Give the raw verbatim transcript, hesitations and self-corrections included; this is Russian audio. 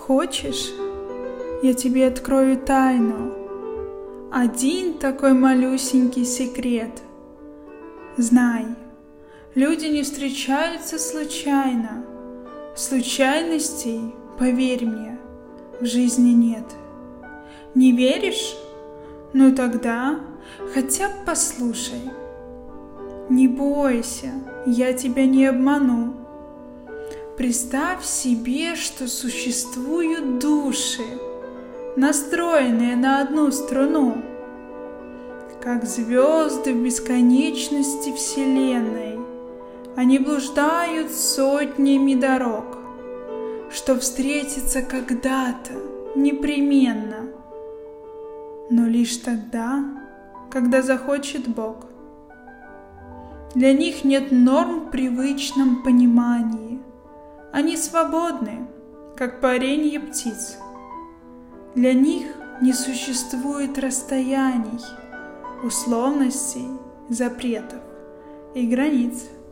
Хочешь, я тебе открою тайну, один такой малюсенький секрет. Знай, люди не встречаются случайно. Случайностей, поверь мне, в жизни нет. Не веришь? Ну тогда хотя бы послушай. Не бойся, я тебя не обману. Представь себе, что существуют души, настроенные на одну струну, как звезды в бесконечности Вселенной. Они блуждают сотнями дорог, что встретиться когда-то непременно, но лишь тогда, когда захочет Бог. Для них нет норм в привычном понимании. Они свободны, как паренье птиц. Для них не существует расстояний, условностей, запретов и границ.